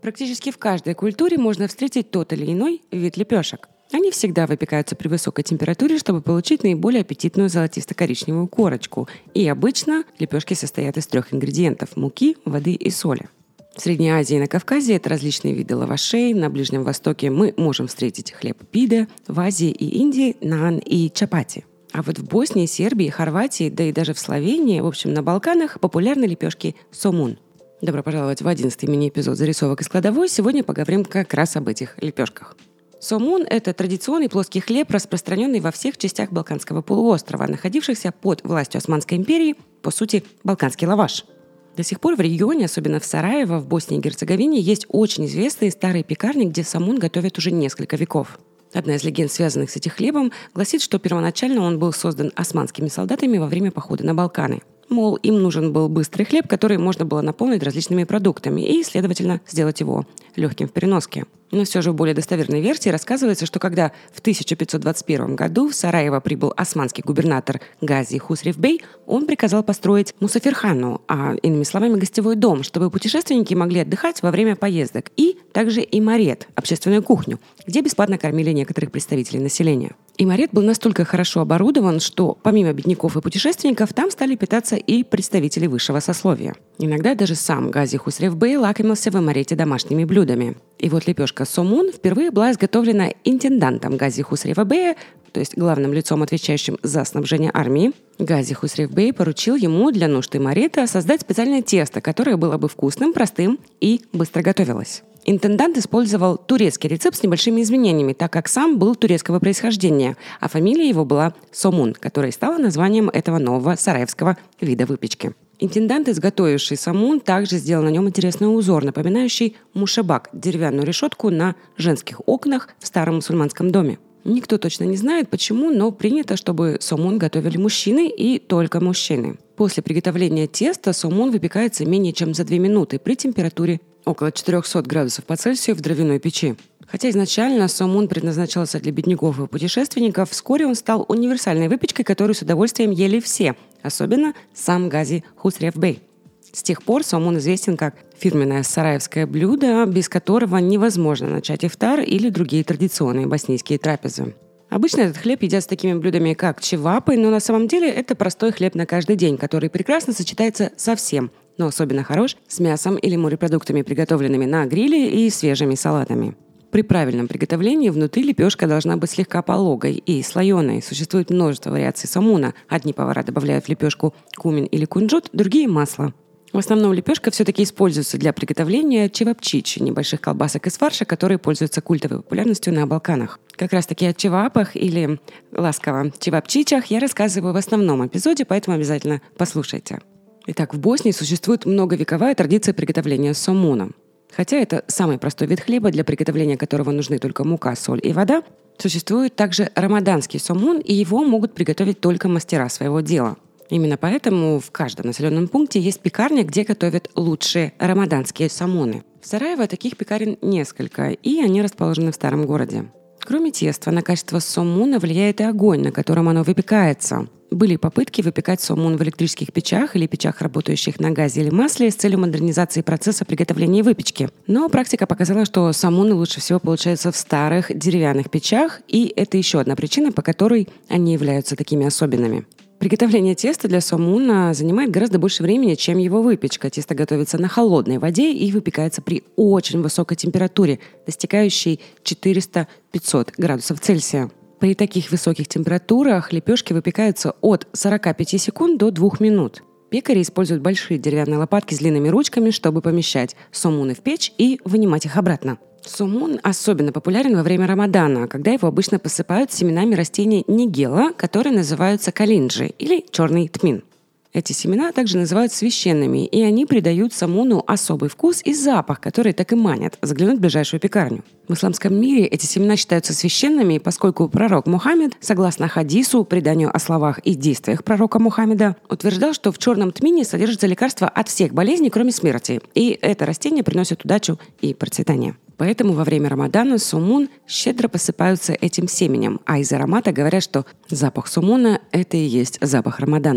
Практически в каждой культуре можно встретить тот или иной вид лепешек. Они всегда выпекаются при высокой температуре, чтобы получить наиболее аппетитную золотисто-коричневую корочку. И обычно лепешки состоят из 3 ингредиентов – муки, воды и соли. В Средней Азии и на Кавказе это различные виды лавашей, на Ближнем Востоке мы можем встретить хлеб пиде, в Азии и Индии – наан и чапати. А вот в Боснии, Сербии, Хорватии, да и даже в Словении, в общем, на Балканах популярны лепешки сомун. Добро пожаловать в 11-й мини-эпизод «Зарисовок из кладовой». Сегодня поговорим как раз об этих лепешках. Сомун – это традиционный плоский хлеб, распространенный во всех частях Балканского полуострова, находившихся под властью Османской империи, по сути, балканский лаваш. До сих пор в регионе, особенно в Сараево, в Боснии и Герцеговине, есть очень известные старые пекарни, где сомун готовят уже несколько веков. Одна из легенд, связанных с этим хлебом, гласит, что первоначально он был создан османскими солдатами во время похода на Балканы. Мол, им нужен был быстрый хлеб, который можно было наполнить различными продуктами и, следовательно, сделать его легким в переноске. Но все же в более достоверной версии рассказывается, что когда в 1521 году в Сараево прибыл османский губернатор Гази Хусрев-бей, он приказал построить мусафирхану, иными словами, гостевой дом, чтобы путешественники могли отдыхать во время поездок, и также имарет, общественную кухню, где бесплатно кормили некоторых представителей населения. Имарет был настолько хорошо оборудован, что помимо бедняков и путешественников там стали питаться и представители высшего сословия. Иногда даже сам Гази Хусрев-бей лакомился в имарете домашними блюдами. И вот лепешка сомун впервые была изготовлена интендантом Гази Хусрeva-бея, то есть главным лицом, отвечающим за снабжение армии. Гази Хусрев-бей поручил ему для нужд имарета создать специальное тесто, которое было бы вкусным, простым и быстро готовилось. Интендант использовал турецкий рецепт с небольшими изменениями, так как сам был турецкого происхождения, а фамилия его была Сомун, которая стала названием этого нового сараевского вида выпечки. Интендант, изготовивший сомун, также сделал на нем интересный узор, напоминающий мушабак – деревянную решетку на женских окнах в старом мусульманском доме. Никто точно не знает, почему, но принято, чтобы сомун готовили мужчины и только мужчины. После приготовления теста сомун выпекается менее чем за 2 минуты при температуре около 400 градусов по Цельсию в дровяной печи. Хотя изначально сомун предназначался для бедняков и путешественников, вскоре он стал универсальной выпечкой, которую с удовольствием ели все, особенно сам Гази Хусрев-бей. С тех пор сомун известен как фирменное сараевское блюдо, без которого невозможно начать ифтар или другие традиционные боснийские трапезы. Обычно этот хлеб едят с такими блюдами, как чевапы, но на самом деле это простой хлеб на каждый день, который прекрасно сочетается со всем, но особенно хорош с мясом или морепродуктами, приготовленными на гриле, и свежими салатами. При правильном приготовлении внутри лепешка должна быть слегка пологой и слоеной. Существует множество вариаций сомуна. Одни повара добавляют в лепешку кумин или кунжут, другие – масло. В основном лепешка все-таки используется для приготовления чевапчичи, небольших колбасок из фарша, которые пользуются культовой популярностью на Балканах. Как раз-таки о чевапах или ласково чевапчичах я рассказываю в основном эпизоде, поэтому обязательно послушайте. Итак, в Боснии существует многовековая традиция приготовления сомуна. Хотя это самый простой вид хлеба, для приготовления которого нужны только мука, соль и вода, существует также рамаданский сомун, и его могут приготовить только мастера своего дела. Именно поэтому в каждом населенном пункте есть пекарня, где готовят лучшие рамаданские сомуны. В Сараево таких пекарен несколько, и они расположены в старом городе. Кроме теста, на качество сомуна влияет и огонь, на котором оно выпекается. Были попытки выпекать сомун в электрических печах или печах, работающих на газе или масле, с целью модернизации процесса приготовления выпечки. Но практика показала, что сомуны лучше всего получаются в старых деревянных печах, и это еще одна причина, по которой они являются такими особенными. Приготовление теста для сомуна занимает гораздо больше времени, чем его выпечка. Тесто готовится на холодной воде и выпекается при очень высокой температуре, достигающей 400-500 градусов Цельсия. При таких высоких температурах лепешки выпекаются от 45 секунд до 2 минут. Пекари используют большие деревянные лопатки с длинными ручками, чтобы помещать сомуны в печь и вынимать их обратно. Сомун особенно популярен во время Рамадана, когда его обычно посыпают семенами растения нигела, которые называются калинджи или черный тмин. Эти семена также называют священными, и они придают сомуну особый вкус и запах, которые так и манят заглянуть в ближайшую пекарню. В исламском мире эти семена считаются священными, поскольку пророк Мухаммед, согласно хадису, преданию о словах и действиях пророка Мухаммеда, утверждал, что в черном тмине содержится лекарство от всех болезней, кроме смерти, и это растение приносит удачу и процветание. Поэтому во время Рамадана сомун щедро посыпаются этим семенем, а из аромата говорят, что запах сомуна – это и есть запах Рамадана.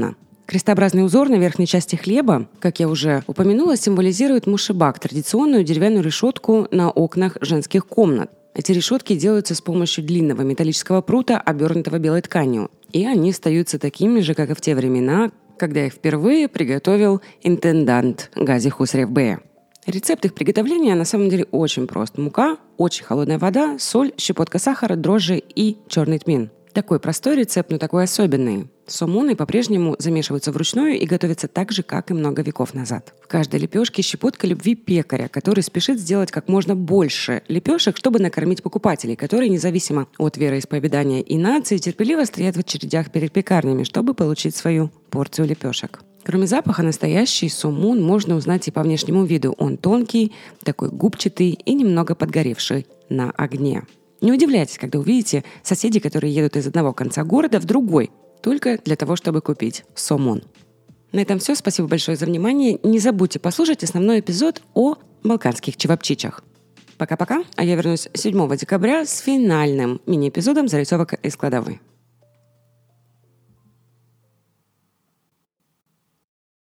Крестообразный узор на верхней части хлеба, как я уже упомянула, символизирует мушибак, традиционную деревянную решетку на окнах женских комнат. Эти решетки делаются с помощью длинного металлического прута, обернутого белой тканью. И они остаются такими же, как и в те времена, когда их впервые приготовил интендант Гази Хусрев Бея. Рецепт их приготовления на самом деле очень прост. Мука, очень холодная вода, соль, щепотка сахара, дрожжи и черный тмин. Такой простой рецепт, но такой особенный. Сомоны по-прежнему замешиваются вручную и готовятся так же, как и много веков назад. В каждой лепешке щепотка любви пекаря, который спешит сделать как можно больше лепешек, чтобы накормить покупателей, которые, независимо от вероисповедания и нации, терпеливо стоят в очередях перед пекарнями, чтобы получить свою порцию лепешек. Кроме запаха, настоящий сомон можно узнать и по внешнему виду. Он тонкий, такой губчатый и немного подгоревший на огне. Не удивляйтесь, когда увидите соседей, которые едут из одного конца города в другой, только для того, чтобы купить сомон. На этом все. Спасибо большое за внимание. Не забудьте послушать основной эпизод о балканских чевапчичах. Пока-пока, а я вернусь 7 декабря с финальным мини-эпизодом зарисовок из кладовой.